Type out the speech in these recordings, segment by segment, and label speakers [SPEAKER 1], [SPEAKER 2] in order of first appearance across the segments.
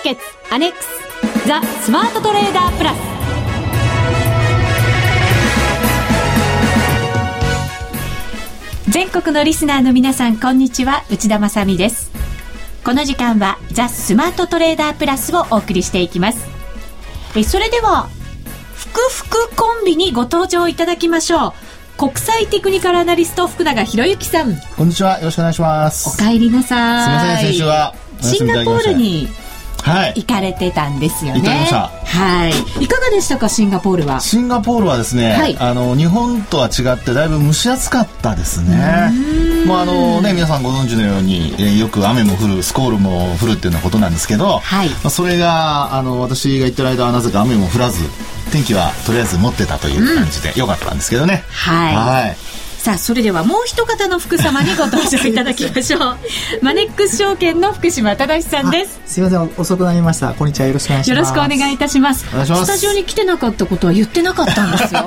[SPEAKER 1] 決アネックスザ・スマートトレーダープラス。全国のリスナーの皆さん、こんにちは、内田まさみです。この時間はザ・スマートトレーダープラスをお送りしていきます。それではふくふくコンビにご登場いただきましょう。国際テクニカルアナリスト福永博之さん、
[SPEAKER 2] こんにちは、よろしくお願いします。
[SPEAKER 1] お帰りなさい。
[SPEAKER 2] すみません、先週は
[SPEAKER 1] シンガポールに
[SPEAKER 2] はい
[SPEAKER 1] 行かれてたんですよね。
[SPEAKER 2] 行ってきました。
[SPEAKER 1] はい、いかがでしたか、シンガポールは。
[SPEAKER 2] シンガポールはですね、はい、日本とは違ってだいぶ蒸し暑かったですね。もう皆さんご存知のように、よく雨も降る、スコールも降るっていうようなことなんですけど、はい、それが私が行ってる間はなぜか雨も降らず、天気はとりあえず持ってたという感じで良かったんですけどね。はい、はい。
[SPEAKER 1] さあ、それではもう一方の福様にご登場いただきましょう。マネックス証券の福島忠さんです。
[SPEAKER 3] すいません、遅くなりました。こんにちは、よろしくお願いします。
[SPEAKER 1] よろしくお願いいたします。スタジオに来てなかったことは言ってなかったんですよ。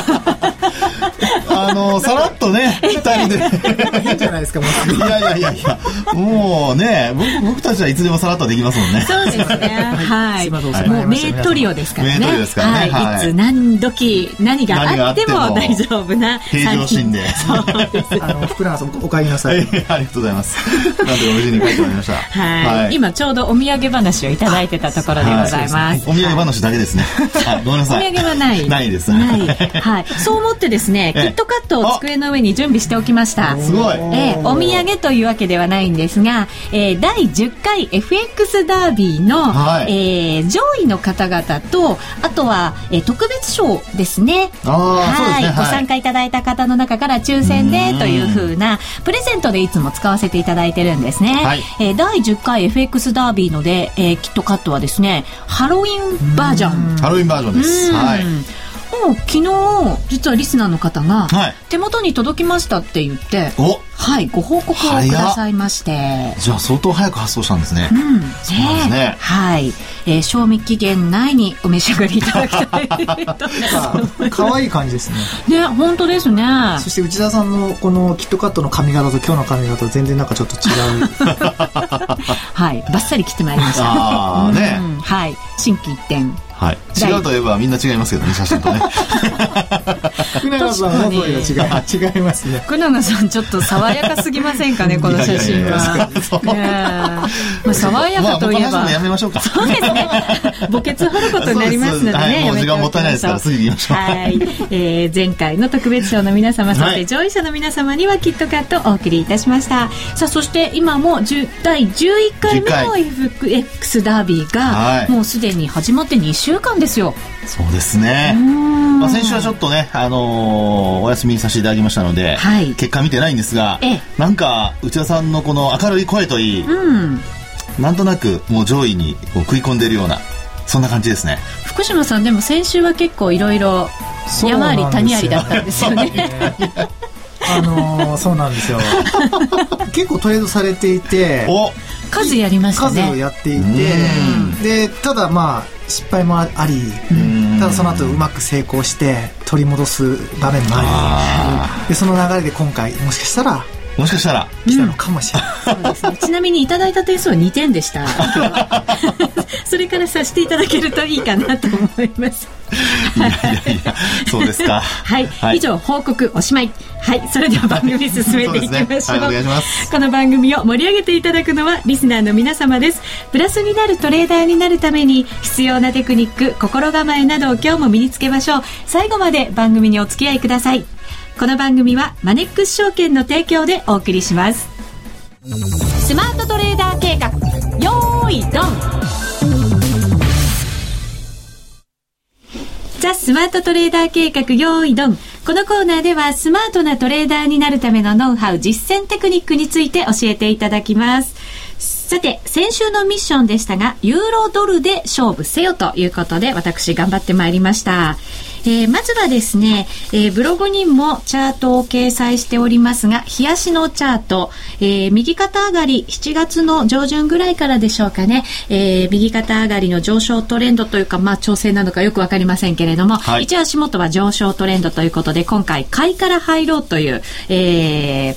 [SPEAKER 2] さらっとね、2人で
[SPEAKER 3] いいんじゃないですか。もう
[SPEAKER 2] いやもうね、僕たちはいつでもさらっとできますもんね。
[SPEAKER 1] そうですね。はい。もう名トリオですからね。
[SPEAKER 2] 名トリオですからね。
[SPEAKER 1] はい。いつ何時何があっても大丈夫な
[SPEAKER 2] 平常心で。
[SPEAKER 1] そうです。
[SPEAKER 3] 福永さん、お帰りなさい。
[SPEAKER 2] ありがとうございます。なんとか無事に帰ってまいりました。
[SPEAKER 1] はい。今ちょうどお土産話をいただいてたところでございます。
[SPEAKER 2] お土産話だけですね。ごめんなさい。
[SPEAKER 1] お土産はない。
[SPEAKER 2] ないです。
[SPEAKER 1] ない。はい。そう思ってですね、キットカットを机の上に準備しておきました。
[SPEAKER 2] すごい。
[SPEAKER 1] お土産というわけではないんですが、第10回 FX ダービーの、上位の方々と、あとは、特別賞ですね。はい。ご参加いただいた方の中から抽選でという風なプレゼントでいつも使わせていただいてるんですね。はい。第10回 FX ダービーので、キットカットはですね、ハロウィンバージョン。
[SPEAKER 2] ハロウィンバージョンです。はい。
[SPEAKER 1] もう昨日実はリスナーの方が手元に届きましたって言って、はい、ご報告をくださいまして、
[SPEAKER 2] じゃあ相当早く発送したんですね。そうなんですね。
[SPEAKER 1] はい、賞味期限内にお召し上がりいただきたい。
[SPEAKER 3] 可愛い感じですね。
[SPEAKER 1] ね、本当ですね。
[SPEAKER 3] そして内田さんのこのキットカットの髪型と今日の髪型と全然なんかちょっと違う。
[SPEAKER 1] はい、バッサリ切ってまいりました。
[SPEAKER 2] ね、
[SPEAKER 1] はい、心機一転。
[SPEAKER 2] はい、違うといえばみんな違いますけどね、写真とね。
[SPEAKER 3] 福永さんの声が違いますね。
[SPEAKER 1] 福永さんちょっと爽やかすぎませんかね、この写真は。爽やかといえば、
[SPEAKER 2] やめましょうか。
[SPEAKER 1] そうですね。墓穴掘ることになりますのでね。
[SPEAKER 2] もう時間もったいないですから、すぐ言いましょう。
[SPEAKER 1] はい。前回の特別賞の皆様、そして上位者の皆様にはキットカットをお送りいたしました。さあ、そして今も第11回目の FX ダービーがもうすでに始まって2週間ですよ。
[SPEAKER 2] そうですね。先週はちょっとね、お休みさせていただきましたので、結果見てないんですが、なんか内田さんのこの明るい声といい、なんとなくもう上位にこう食い込んでいるような、そんな感じですね。
[SPEAKER 1] 福島さんでも先週は結構いろいろ山あり谷ありだったんですよね。
[SPEAKER 3] そうなんですよ。結構トレードされていて、
[SPEAKER 1] 数やりましたね。
[SPEAKER 3] 数をやっていて、でただまあ失敗もあり、ただその後うまく成功して取り戻す場面もあり、でその流れで今回もしかしたら来たのかもしれない。
[SPEAKER 1] そうですね。ちなみにいただいた点数は2点でした。それからさせていただけるといいかなと思います。
[SPEAKER 2] いやそうですか。
[SPEAKER 1] はい、以上報告おしまい。はい、それでは番組進めていきましょう。
[SPEAKER 2] お願いします。
[SPEAKER 1] この番組を盛り上げていただくのはリスナーの皆様です。プラスになるトレーダーになるために必要なテクニック、心構えなどを今日も身につけましょう。最後まで番組にお付き合いください。この番組はマネックス証券の提供でお送りします。スマートトレーダー計画、よーいドン。ザ・スマートトレーダー計画、よーいドン。このコーナーではスマートなトレーダーになるためのノウハウ、実践テクニックについて教えていただきます。さて、先週のミッションでしたが、ユーロドルで勝負せよということで私頑張ってまいりました。まずはですね、ブログにもチャートを掲載しておりますが、日足のチャート、右肩上がり、7月の上旬ぐらいからでしょうかね、右肩上がりの上昇トレンドというか、調整なのかよくわかりませんけれども、一応足元は上昇トレンドということで、今回買いから入ろうという、プ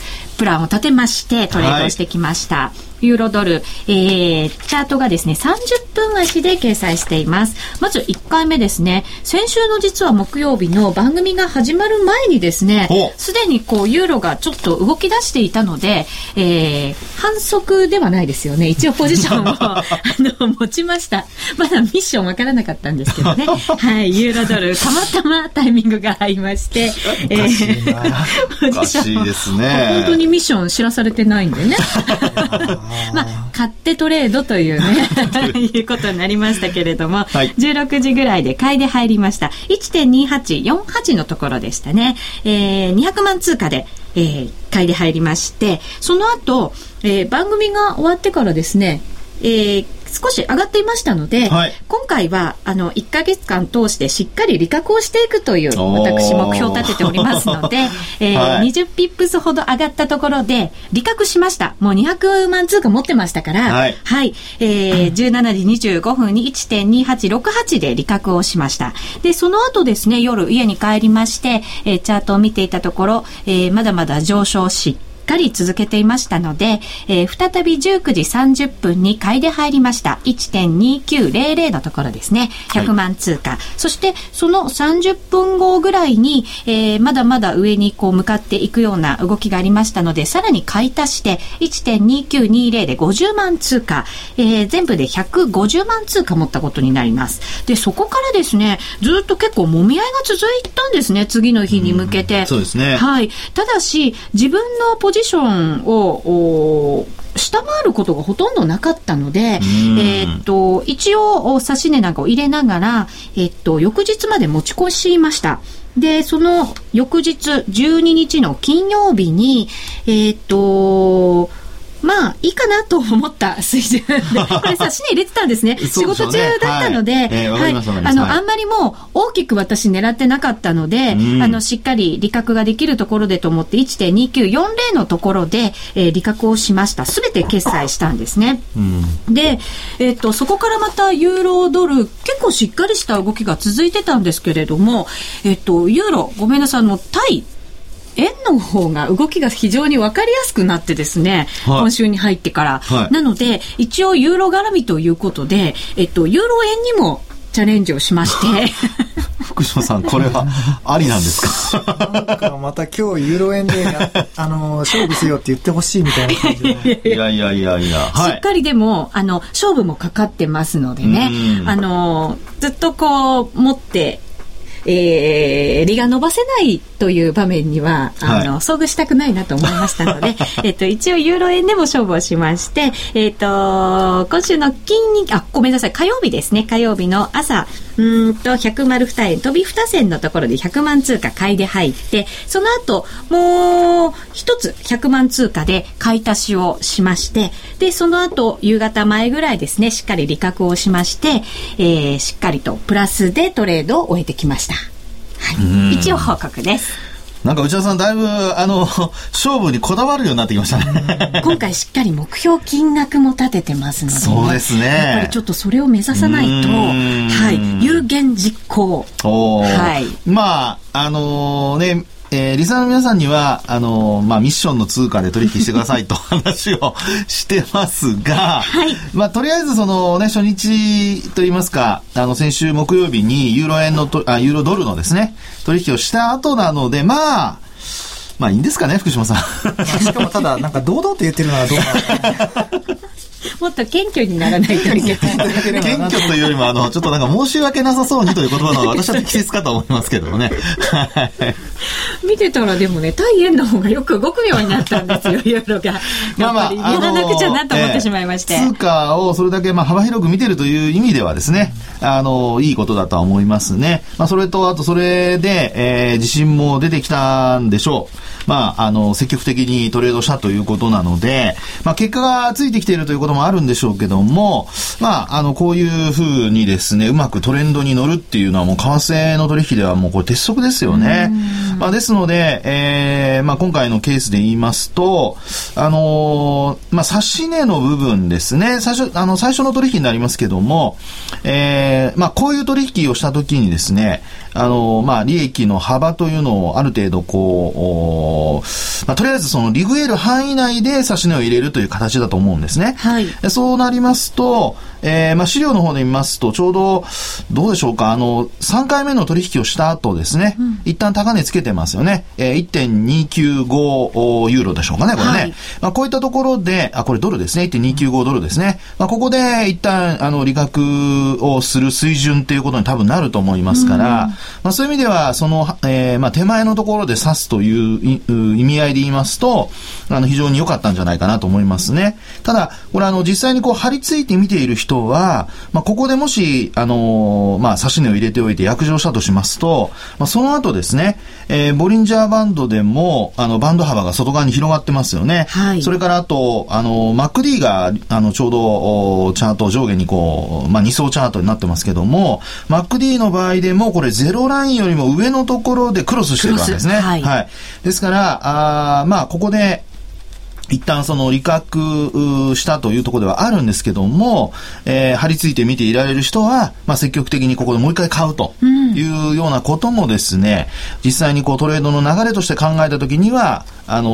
[SPEAKER 1] プランを立てましてトレードしてきました。ユーロドル、チャートがですね、30分足で掲載しています。まず1回目ですね、先週の実は木曜日の番組が始まる前にですね、すでにユーロがちょっと動き出していたので、反則ではないですよね。一応ポジションを持ちました。まだミッションわからなかったんですけどね。はい、ユーロドル、たまたまタイミングが合いまして、
[SPEAKER 2] おかしいですね。
[SPEAKER 1] 本当にミッション知らされてないんでね。買ってトレードというねいうことになりましたけれども、はい、16時ぐらいで買いで入りました。 1.2848 のところでしたね。200万通貨で、買いで入りまして、その後、番組が終わってからですね、少し上がっていましたので、はい、今回は1ヶ月間通してしっかり利確をしていくという私目標を立てておりますので、はい、20ピップスほど上がったところで利確しました。もう200万通貨持ってましたから、はいはい、17時25分に 1.2868 で利確をしました。でその後ですね、夜家に帰りまして、チャートを見ていたところ、まだまだ上昇ししっかり続けていましたので、再び19時30分に買いで入りました。 1.2900 のところですね、100万通貨、はい、そしてその30分後ぐらいに、まだまだ上に向かっていくような動きがありましたので、さらに買い足して 1.2920 で50万通貨、全部で150万通貨持ったことになります。でそこからですね、ずっと結構揉み合いが続いたんですね、次の日に向けて。
[SPEAKER 2] そうですね、
[SPEAKER 1] はい、ただし自分のポジションを下回ることがほとんどなかったので、一応指値なんかを入れながら、翌日まで持ち越しました。でその翌日12日の金曜日にまあいいかなと思った水準でこれ指値入れてたんですね。仕事中だったので、はい、あんまりもう大きく私狙ってなかったので、しっかり利確ができるところでと思って 1.2940 のところで、利確をしました。すべて決済したんですね、で、そこからまたユーロドル結構しっかりした動きが続いてたんですけれども、ユーロごめんなさい、対円の方が動きが非常に分かりやすくなってですね、はい、今週に入ってから、はい、なので一応ユーロ絡みということで、ユーロ円にもチャレンジをしまして
[SPEAKER 2] 福島さんこれはありなんですか？
[SPEAKER 3] なんかまた今日ユーロ円で勝負せよって言ってほしいみたいな感じで
[SPEAKER 2] いや、はい、
[SPEAKER 1] しっかりでも勝負もかかってますのでね、ずっと持って利が伸ばせないという場面には遭遇したくないなと思いましたので一応ユーロ円でも勝負をしまして、今週のごめんなさい、火曜日ですね、火曜日の朝102円飛び2銭のところで100万通貨買いで入って、その後もう一つ100万通貨で買い足しをしまして、でその後夕方前ぐらいですね、しっかり利確をしまして、しっかりとプラスでトレードを終えてきました。はい、一応報告です。
[SPEAKER 2] なんか内田さんだいぶ勝負にこだわるようになってきましたね
[SPEAKER 1] 今回しっかり目標金額も立ててますので、ね、
[SPEAKER 2] そうですね、
[SPEAKER 1] やっぱりちょっとそれを目指さないと、はい、有言実行、はい、
[SPEAKER 2] まあね、リスナーの皆さんにはミッションの通貨で取引してくださいと話をしてますが、はい、とりあえずそのね、初日といいますか先週木曜日にユーロドルのですね取引をした後なので、まあいいんですかね、福島さん
[SPEAKER 3] しかもただなんか堂々と言ってるのはどうか
[SPEAKER 1] もっと謙虚にならないといけない
[SPEAKER 2] 謙虚というよりもちょっとなんか申し訳なさそうにという言葉の私は適切かと思いますけどもね
[SPEAKER 1] 見てたらでもね、対円の方がよく動くようになったんですよユーロがやっぱりやらなくちゃなと思ってしまいまして、
[SPEAKER 2] 通貨をそれだけ幅広く見てるという意味ではですね、いいことだとは思いますね。それとあとそれで、自信も出てきたんでしょう。積極的にトレードしたということなので、結果がついてきているということもあるんでしょうけども、こういうふうにですね、うまくトレンドに乗るっていうのはもう為替の取引ではもうこれ鉄則ですよね。ですので、今回のケースで言いますと、指値の部分ですね、最初の取引になりますけども、こういう取引をしたときにですね、 利益の幅というのをある程度とりあえずそのリグエル範囲内で指値を入れるという形だと思うんですね。
[SPEAKER 1] はい。
[SPEAKER 2] そうなりますと、資料の方で見ますと、ちょうど、どうでしょうか、3回目の取引をした後ですね、一旦高値つけてますよね。1.295 ユーロでしょうかね、これね。はい、こういったところで、これドルですね、1.295 ドルですね。ここで一旦、利確をする水準ということに多分なると思いますから、そういう意味では、その、手前のところで指すという意味合いで言いますと、非常に良かったんじゃないかなと思いますね。ただ、これ実際に張り付いて見ている人は、ここでもし、指値を入れておいて約定したとしますと、その後ですね、ボリンジャーバンドでも、バンド幅が外側に広がってますよね。はい、それからあと、MACD が、ちょうど、チャート上下に2層チャートになってますけども、MACD の場合でも、これゼロラインよりも上のところでクロスしてるわけですね。はい。はい。ですから、ここで、一旦その利確したというところではあるんですけども、張り付いて見ていられる人は、積極的にここでもう一回買うというようなこともですね、実際にトレードの流れとして考えたときには、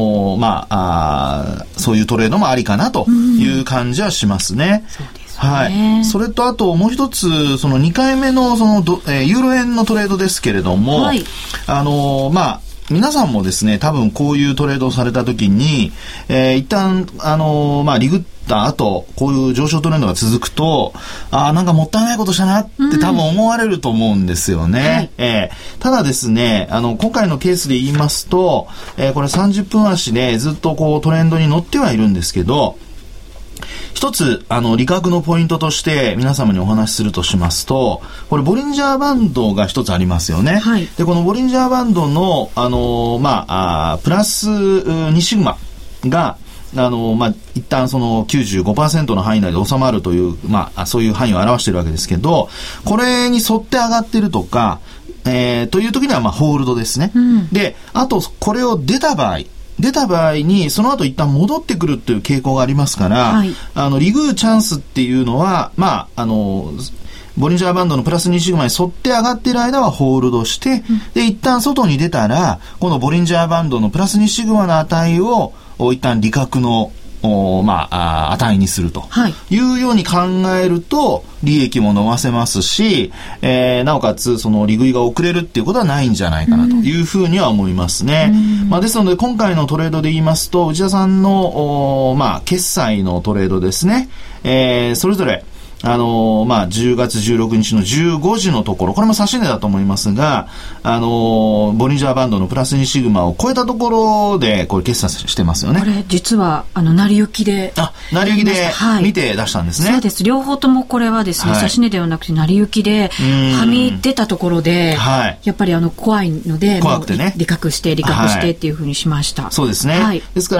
[SPEAKER 2] そういうトレードもありかなという感じはしますね。そうですね。はい。それとあともう一つ、その2回目のユーロ円のトレードですけれども、はい、皆さんもですね、多分こういうトレードをされたときに、一旦、リグった後、こういう上昇トレンドが続くと、なんかもったいないことしたなって多分思われると思うんですよね。はい、ただですね、今回のケースで言いますと、これ30分足でずっとトレンドに乗ってはいるんですけど、一つ、利確のポイントとして皆様にお話しするとしますと、これボリンジャーバンドが一つありますよね。はい、で、このボリンジャーバンドの、プラス2シグマが、一旦その 95% の範囲内で収まるという、そういう範囲を表しているわけですけど、これに沿って上がってるとか、という時にはホールドですね。で、あと、これを出た場合に、その後一旦戻ってくるという傾向がありますから、はい、リグチャンスっていうのは、ボリンジャーバンドのプラス2シグマに沿って上がっている間はホールドして、で、一旦外に出たら、このボリンジャーバンドのプラス2シグマの値を、一旦利確の値にするというように考えると利益も伸ばせますし、なおかつその利食いが遅れるっていうことはないんじゃないかなというふうには思いますね。ですので今回のトレードで言いますと、内田さんの決済のトレードですね、それぞれ10月16日の15時のところ、これも指値だと思いますが、ボリンジャーバンドのプラス2シグマを超えたところで、これ決済してますよね。
[SPEAKER 1] これ実は、成り行きで。
[SPEAKER 2] 成り行きで見て出したんですね。
[SPEAKER 1] そうです。両方ともこれはですね、指値ではなくて成り行きで、はみ出たところで、やっぱり怖いので、
[SPEAKER 2] 怖くてね。
[SPEAKER 1] 利確してっていうふうにしました。
[SPEAKER 2] そうですね。はい、ですから、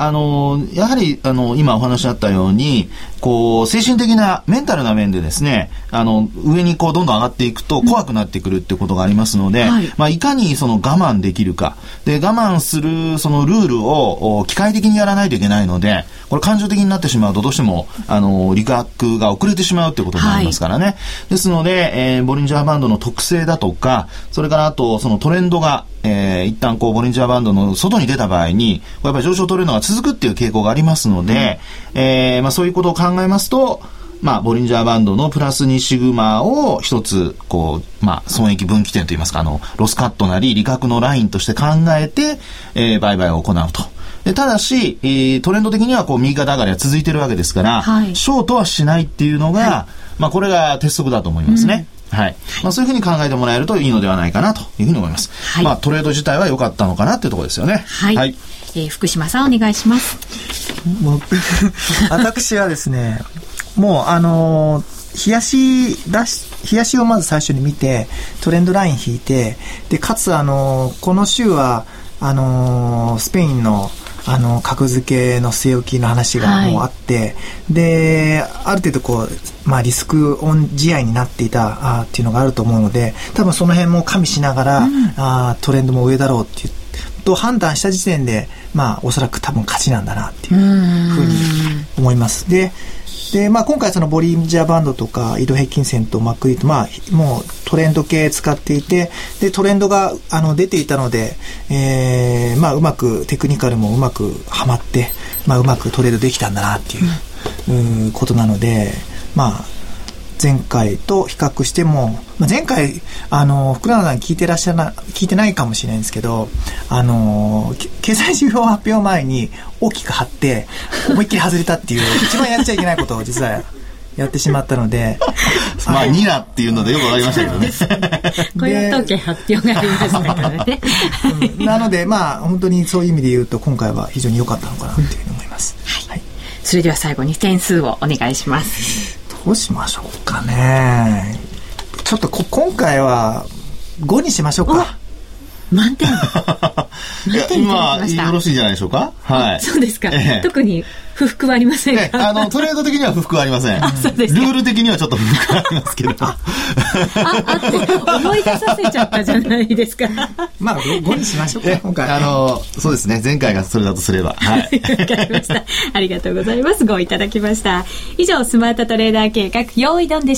[SPEAKER 2] やはり、今お話あったように、精神的なメンタルな面でですね、上にどんどん上がっていくと怖くなってくるってことがありますので、いかにその我慢できるか。で、我慢するそのルールを機械的にやらないといけないので、これ感情的になってしまうとどうしても、利確が遅れてしまうってことになりますからね。ですので、ボリンジャーバンドの特性だとか、それからあとそのトレンドが、一旦ボリンジャーバンドの外に出た場合に、やっぱり上昇トレンドが続くっていう傾向がありますので、そういうことを考えますと、ボリンジャーバンドのプラス2シグマを一つ、損益分岐点といいますか、ロスカットなり利確のラインとして考えて、売買を行うと。で、ただし、トレンド的には右肩上がりは続いているわけですから、ショートはしないっていうのが、これが鉄則だと思いますね。はい。そういうふうに考えてもらえるといいのではないかなというふうに思います。はい。トレード自体は良かったのかなっていうところですよね。
[SPEAKER 1] はい。はい、福島さんお願いします。
[SPEAKER 3] 私はですね、もう冷やしをまず最初に見てトレンドライン引いて、でかつこの週はスペインの格付けの据え置きの話がもうあって、である程度リスクオン試合になっていたっていうのがあると思うので、多分その辺も加味しながら、トレンドも上だろうっていうと判断した時点でおそらく多分勝ちなんだなっていうふうに思います。でで、今回そのボリンジャーバンドとか移動平均線とマックリーと、もうトレンド系使っていて、で、トレンドが出ていたので、うまくテクニカルもうまくはまって、うまくトレードできたんだなっていう、ことなので、前回と比較しても、前回福永さん聞いてないかもしれないんですけど、経済指標発表前に大きく張って思いっきり外れたっていう一番やっちゃいけないことを実はやってしまったので
[SPEAKER 2] ニラっていうのでよくわかりましたけどね
[SPEAKER 1] 雇用統計発表がありましたからね
[SPEAKER 3] なので本当にそういう意味で言うと今回は非常に良かったのかなというふうに思います、
[SPEAKER 1] はい。それでは最後に点数をお願いします。
[SPEAKER 3] どうしましょうかね。ちょっと今回は5にしましょうか。
[SPEAKER 1] 満点。
[SPEAKER 2] よろしいんじゃないでしょうか。はい。
[SPEAKER 1] そうですか。特に不服はありませんか。
[SPEAKER 2] トレード的には不服はありません。
[SPEAKER 1] そうですか。
[SPEAKER 2] ルール的にはちょっと不服はありますけど。
[SPEAKER 1] って思い出させちゃったじゃないですか。
[SPEAKER 3] 5にしましょうか。今回。
[SPEAKER 2] そうですね。前回がそれだとすれば。はい。
[SPEAKER 1] わかりました。ありがとうございます。ごいただきました。以上、スマートトレーダー計画、用意ドンでした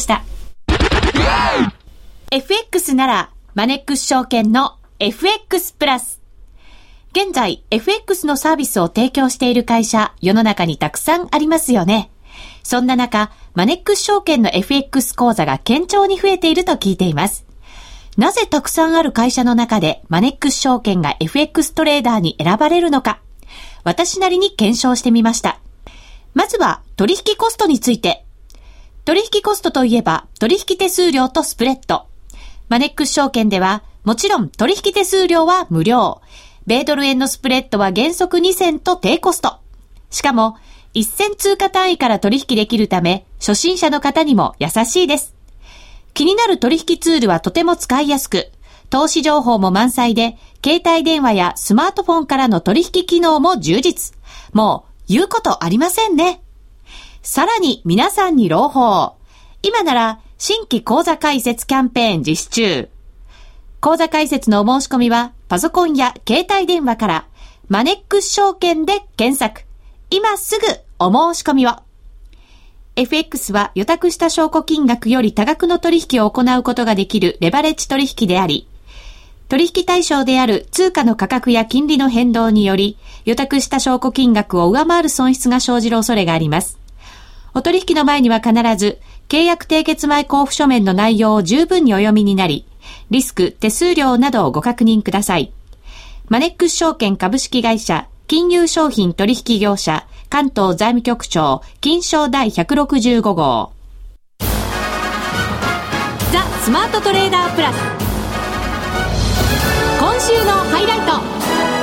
[SPEAKER 1] 。FX なら、マネックス証券のFX プラス。現在、FX のサービスを提供している会社、世の中にたくさんありますよね。そんな中、マネックス証券の FX 講座が堅調に増えていると聞いています。なぜたくさんある会社の中でマネックス証券が FX トレーダーに選ばれるのか、私なりに検証してみました。まずは、取引コストについて。取引コストといえば、取引手数料とスプレッド。マネックス証券では、もちろん取引手数料は無料。米ドル円のスプレッドは原則2銭と低コスト。しかも、1銭通貨単位から取引できるため、初心者の方にも優しいです。気になる取引ツールはとても使いやすく、投資情報も満載で、携帯電話やスマートフォンからの取引機能も充実。もう、言うことありませんね。さらに皆さんに朗報。今なら、新規口座開設キャンペーン実施中。口座開設のお申し込みは、パソコンや携帯電話から、マネックス証券で検索。今すぐお申し込みを。FX は予託した証拠金額より多額の取引を行うことができるレバレッジ取引であり、取引対象である通貨の価格や金利の変動により、予託した証拠金額を上回る損失が生じる恐れがあります。お取引の前には必ず、契約締結前交付書面の内容を十分にお読みになり、リスク、手数料などをご確認ください。マネックス証券株式会社、金融商品取引業者、関東財務局長、金商第165号。ザ・スマートトレーダープラス。今週のハイライト。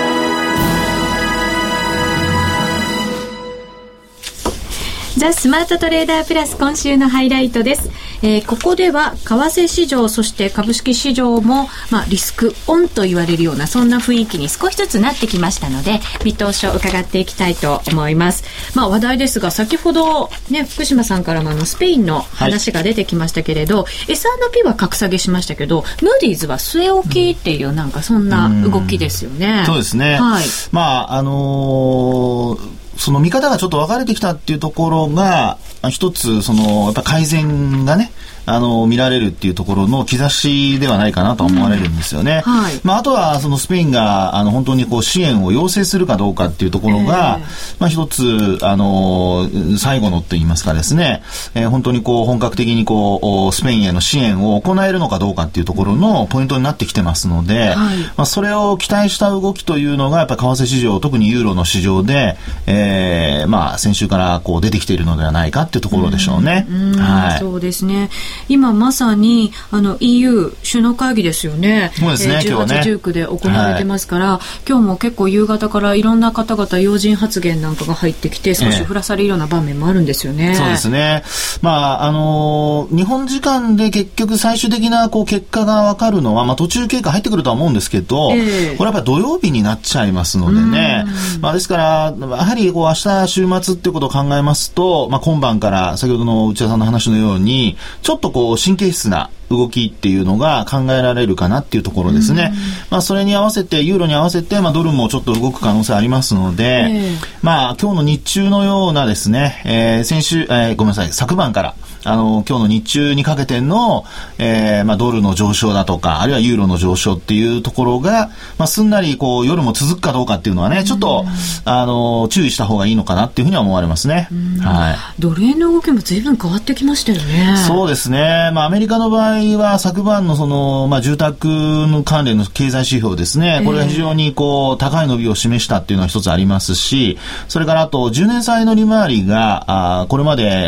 [SPEAKER 1] ザ・スマートトレーダープラス今週のハイライトです。ここでは為替市場そして株式市場も、リスクオンと言われるようなそんな雰囲気に少しずつなってきましたので、見通しを伺っていきたいと思います。話題ですが、先ほどね、福島さんからもスペインの話が出てきましたけれど、S&P は格下げしましたけど、ムーディーズは据え置きっていう、なんかそんな動きですよね。
[SPEAKER 2] そうですね。はい。その見方がちょっと分かれてきたっていうところが一つやっぱ改善がね見られるっていうところの兆しではないかなと思われるんですよね。はい。あとはそのスペインが本当に支援を要請するかどうかっていうところが、一つ最後のと言いますかですね、本当に本格的にスペインへの支援を行えるのかどうかっていうところのポイントになってきてますので、はい、それを期待した動きというのがやっぱり為替市場、特にユーロの市場で、先週から出てきているのではないかっていうところでしょうね。
[SPEAKER 1] はい。そうですね。今まさにEU 首脳会議ですよね。
[SPEAKER 2] そうですね。
[SPEAKER 1] 18、19で行われてますから、今日も結構夕方からいろんな方々要人発言なんかが入ってきて少し降らされるような場面もあるんですよね。
[SPEAKER 2] そうですね。日本時間で結局最終的な結果が分かるのは、途中経過入ってくるとは思うんですけど、これやっぱり土曜日になっちゃいますのでね。ですからやはり明日週末っていうことを考えますと、今晩から先ほどの内田さんの話のようにちょっと神経質な動きっていうのが考えられるかなっていうところですね。それに合わせてユーロに合わせて、ドルもちょっと動く可能性ありますので、今日の日中のようなですね、昨晩から今日の日中にかけての、ドルの上昇だとか、あるいはユーロの上昇っていうところが、すんなり夜も続くかどうかっていうのはね、ちょっと注意した方がいいのかなっていうふうには思われますね。
[SPEAKER 1] ドル円の動きも随分変わってきましたよね。
[SPEAKER 2] そうですね。アメリカの場合は昨晩の住宅の関連の経済指標ですね、これが非常に高い伸びを示したっていうのは一つありますし、それからあと10年債の利回りがこれまで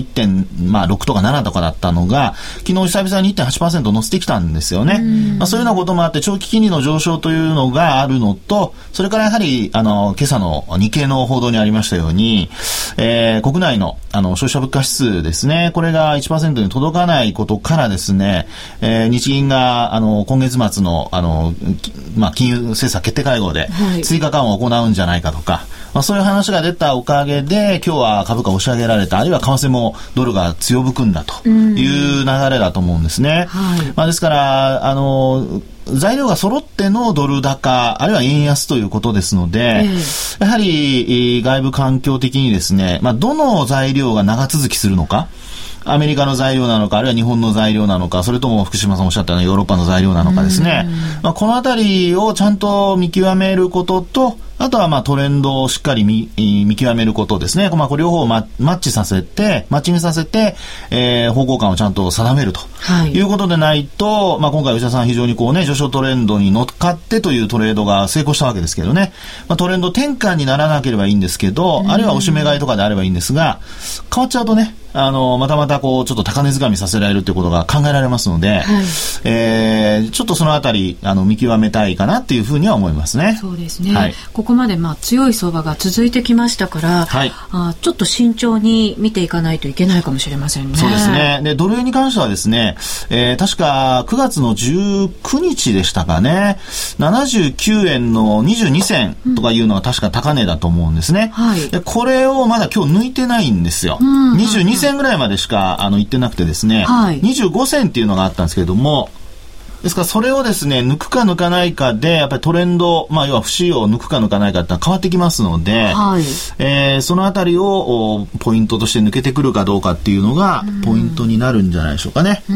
[SPEAKER 2] 1.6 とか7とかだったのが昨日久々に 1.8% 乗せてきたんですよね。そういうようなこともあって長期金利の上昇というのがあるのと、それからやはり今朝の日経の報道にありましたように、国内の消費者物価指数ですね、これが 1% に届かないことからですね、日銀が今月末の金融政策決定会合で追加緩和を行うんじゃないかとか、そういう話が出たおかげで今日は株価押し上げられた、あるいは為替もドルが強含んだという流れだと思うんですね。ですから材料が揃ってのドル高、あるいは円安ということですので、やはり外部環境的にですね、どの材料が長続きするのか、アメリカの材料なのか、あるいは日本の材料なのか、それとも福島さんおっしゃったようなヨーロッパの材料なのかですね、このあたりをちゃんと見極めることと、あとはトレンドをしっかり見極めることですね。これ両方をマッチさせて、マッチングさせて、方向感をちゃんと定めると、いうことでないと、今回吉田さん非常に上昇トレンドに乗っかってというトレードが成功したわけですけどね。トレンド転換にならなければいいんですけど、あるいは押し目買いとかであればいいんですが、変わっちゃうとね、またちょっと高値掴みさせられるということが考えられますので、ちょっとそのあたり見極めたいかなっていうふうには思いますね。
[SPEAKER 1] そうですね。ここまで強い相場が続いてきましたから、ちょっと慎重に見ていかないといけないかもしれませんね。
[SPEAKER 2] そうですね。で、ドル円に関してはですね、確か9月の19日でしたかね、79円の22銭とかいうのが確か高値だと思うんですね。でこれをまだ今日抜いてないんですよ。22銭ぐらいまでしか行ってなくてですね、25銭っていうのがあったんですけれども、ですからそれをですね抜くか抜かないかでやっぱりトレンド、要は節を抜くか抜かないかって変わってきますので、そのあたりをポイントとして抜けてくるかどうかっていうのがポイントになるんじゃないでしょうかね。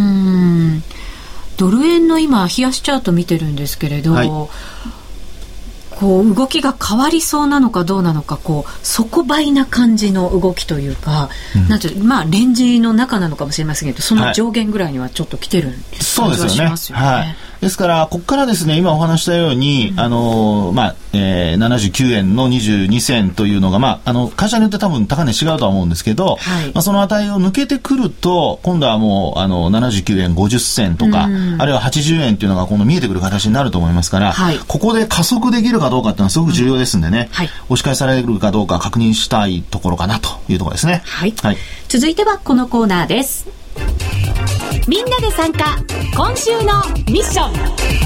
[SPEAKER 1] ドル円の今冷やしチャート見てるんですけれど、動きが変わりそうなのかどうなのか、底倍な感じの動きというか、なんてレンジの中なのかもしれませんけど、その上限ぐらいにはちょっと来てる感じはしますよね。
[SPEAKER 2] ですからここからですね、今お話したように、79円の22銭というのが、会社によって多分高値違うとは思うんですけど、その値を抜けてくると今度はもう79円50銭とか、あるいは80円というのが今度見えてくる形になると思いますから、ここで加速できるかどうかっていうのはすごく重要ですんでね、押し返されるかどうか確認したいところかなというところですね。
[SPEAKER 1] 続いてはこのコーナーです。みんなで参加、今週のミッション。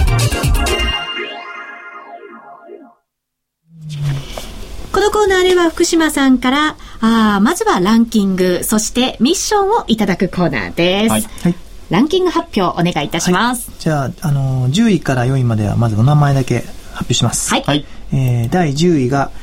[SPEAKER 1] このコーナーでは福島さんからまずはランキング、そしてミッションをいただくコーナーです。ランキング発表お願いいたします。
[SPEAKER 3] じゃあ、10位から4位まではまずお名前だけ発表します。第10位が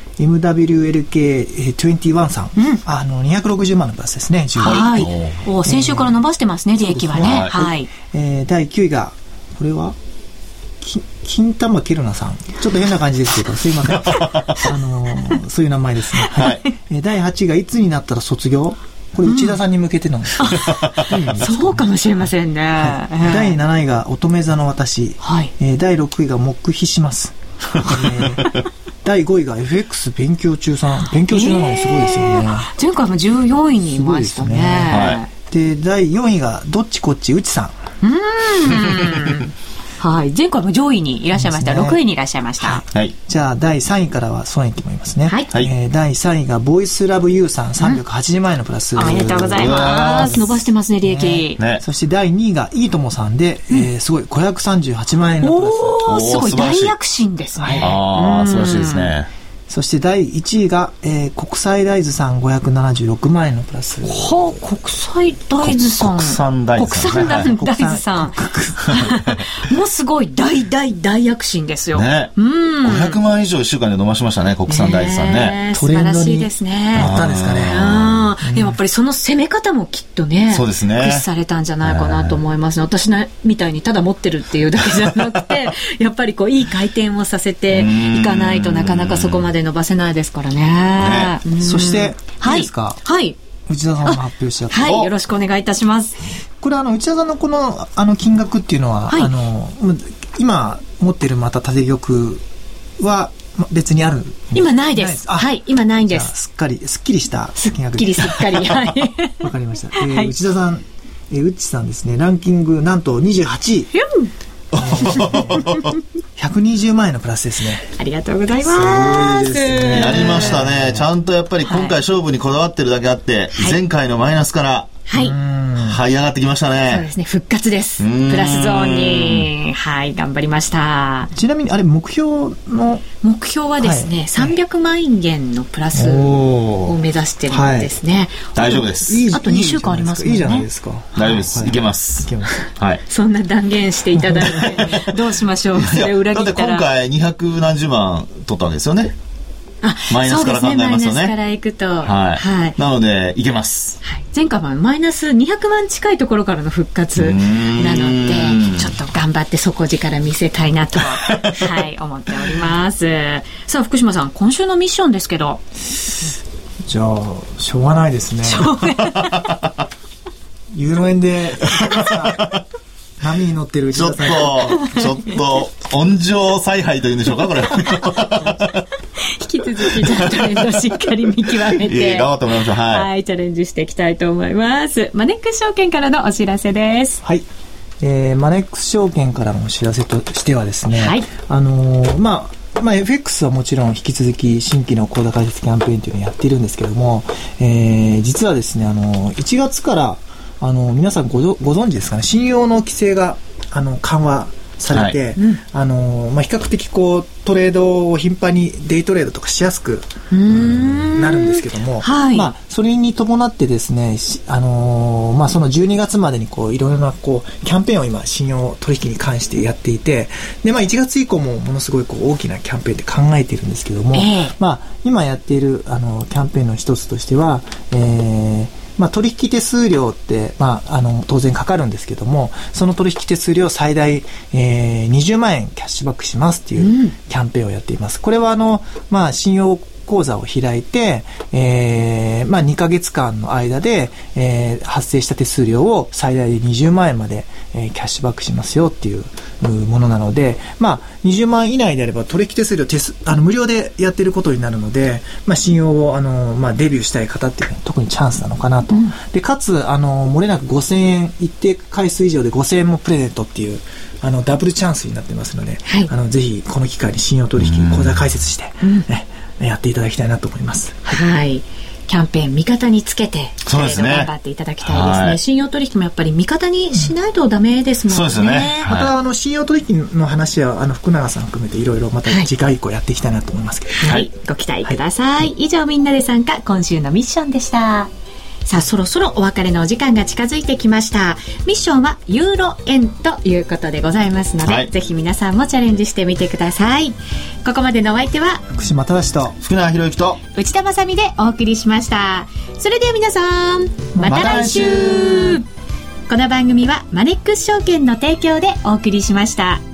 [SPEAKER 3] MWLK21 さん、260万のプラスですね。10位、
[SPEAKER 1] 先週から伸ばしてますね、利益はね。
[SPEAKER 3] 第9位がこれは金玉ケルナさん、ちょっと変な感じですけどすいませんそういう名前ですね。第8位がいつになったら卒業、これ内田さんに向けての
[SPEAKER 1] そうかもしれませんね。
[SPEAKER 3] 第7位が乙女座の私、第6位が黙秘します。第5位が FX 勉強中さん、勉強中なのもすごいですよね。
[SPEAKER 1] 前回も14位にいましたね。
[SPEAKER 3] で第4位がどっちこっちうちさん。
[SPEAKER 1] 前回も上位にいらっしゃいました。6位にいらっしゃいました。
[SPEAKER 3] じゃあ第3位からはソエンと思いますね。第3位がボイスラブユーさん、380万円のプラス。
[SPEAKER 1] おめでとうございます。伸ばしてますね、利益。
[SPEAKER 3] そして第2位がいいともさんで、すごい538万円のプラス。
[SPEAKER 1] すごい大躍進ですね。
[SPEAKER 2] 素晴らしいですね。
[SPEAKER 3] そして第1位が、国際大豆さん576万円のプラス。
[SPEAKER 1] はあ、国際大豆さん。
[SPEAKER 2] 国産大豆さん。
[SPEAKER 1] 国産大豆さん。もうすごい大躍進ですよ。
[SPEAKER 2] ね。500万以上1週間で伸ばしましたね、国産大豆さんね。
[SPEAKER 1] 素晴らしいですね。
[SPEAKER 3] あったんですかね。
[SPEAKER 1] でもやっぱりその攻め方もきっとね、
[SPEAKER 2] そうですね。
[SPEAKER 1] 駆使されたんじゃないかなと思いますね。私みたいにただ持ってるっていうだけじゃなくて、やっぱりこういい回転をさせていかないとなかなかそこまで伸ばせないですからね。
[SPEAKER 3] そして、いいですか？
[SPEAKER 1] はい。
[SPEAKER 3] 内田さんが発表しちゃった。
[SPEAKER 1] はい、よろしくお願いいたします。
[SPEAKER 3] これ内田さんのこの金額っていうのは、今持ってるまた縦玉は別にある？
[SPEAKER 1] 今ないです。はい、今ないんです。
[SPEAKER 3] すっきりした金額です。
[SPEAKER 1] すっかり。はい。
[SPEAKER 3] わかりました。内田さん、内さんですね、ランキングなんと28位。120万円のプラスですね。
[SPEAKER 1] ありがとうございます。
[SPEAKER 2] すごいですね。やりましたね。ちゃんとやっぱり今回勝負にこだわってるだけあって、前回のマイナスから這い上がってきましたね。
[SPEAKER 1] そうですね、復活です。プラスゾーンに頑張りました。
[SPEAKER 3] ちなみに目標
[SPEAKER 1] はですね、300万円減のプラスを目指してるんですね。
[SPEAKER 2] 大丈夫です。
[SPEAKER 1] あと2週間ありますもんね。
[SPEAKER 3] いいじゃないですか。
[SPEAKER 2] 大丈夫です。いけます。
[SPEAKER 1] はい。そんな断言していただいてどうしましょう。それ裏切ったら。
[SPEAKER 2] だって今回200何十万取ったわけですよね。マイナスから考えますよね。
[SPEAKER 1] マイナスからいくと。
[SPEAKER 2] はい。なので、いけます。
[SPEAKER 1] 前回はマイナス200万近いところからの復活なので、ちょっと頑張って底力見せたいなと、思っております。さあ、福島さん、今週のミッションですけど。
[SPEAKER 3] じゃあ、しょうがないですね。ユーロ円で、波に乗ってる内田さん。
[SPEAKER 2] ちょっと、温情采配というんでしょうか、これ。
[SPEAKER 1] 引き続きじゃあトレンドしっかり見極めて
[SPEAKER 2] 頑張ってもらいましょう。
[SPEAKER 1] はい、チャレンジしていきたいと思います。マネックス証券からのお知らせです。
[SPEAKER 3] はい、マネックス証券からのお知らせとしてはですね、FX はもちろん引き続き新規の口座開設キャンペーンというのをやっているんですけども、実はですね1月から皆さんご存知ですかね、信用の規制が緩和されて、比較的トレードを頻繁にデイトレードとかしやすくなるんですけども、それに伴ってですね、その12月までにいろいろなキャンペーンを今信用取引に関してやっていて、で1月以降もものすごい大きなキャンペーンで考えているんですけども、今やっているキャンペーンの一つとしては、取引手数料って、当然かかるんですけども、その取引手数料最大、20万円キャッシュバックしますっていうキャンペーンをやっています。これは信用口座を開いて、2ヶ月間の間で、発生した手数料を最大で20万円まで、キャッシュバックしますよっていうものなので、20万以内であれば取引手数料無料でやっていることになるので、信用をデビューしたい方っていうのは特にチャンスなのかなと。でかつ漏れなく5000円一定回数以上で5000円もプレゼントっていうダブルチャンスになってますので、ぜひこの機会に信用取引口座開設して、やっていただきたいなと思います。
[SPEAKER 1] はい。キャンペーン味方につけて、頑張っていただきたいですね。信用取引もやっぱり味方にしないとダメですもんね。
[SPEAKER 2] そうですね。
[SPEAKER 3] また信用取引の話は福永さん含めていろいろまた次回以降やっていきたいなと思いますけど、
[SPEAKER 1] ご期待ください。以上、みんなで参加、今週のミッションでした。さあ、そろそろお別れのお時間が近づいてきました。ミッションはユーロ円ということでございますので、ぜひ皆さんもチャレンジしてみてください。ここまでのお相手は
[SPEAKER 3] 福島正と
[SPEAKER 2] 福永博之と
[SPEAKER 1] 内田まさみでお送りしました。それでは皆さん、また来週。この番組はマネックス証券の提供でお送りしました。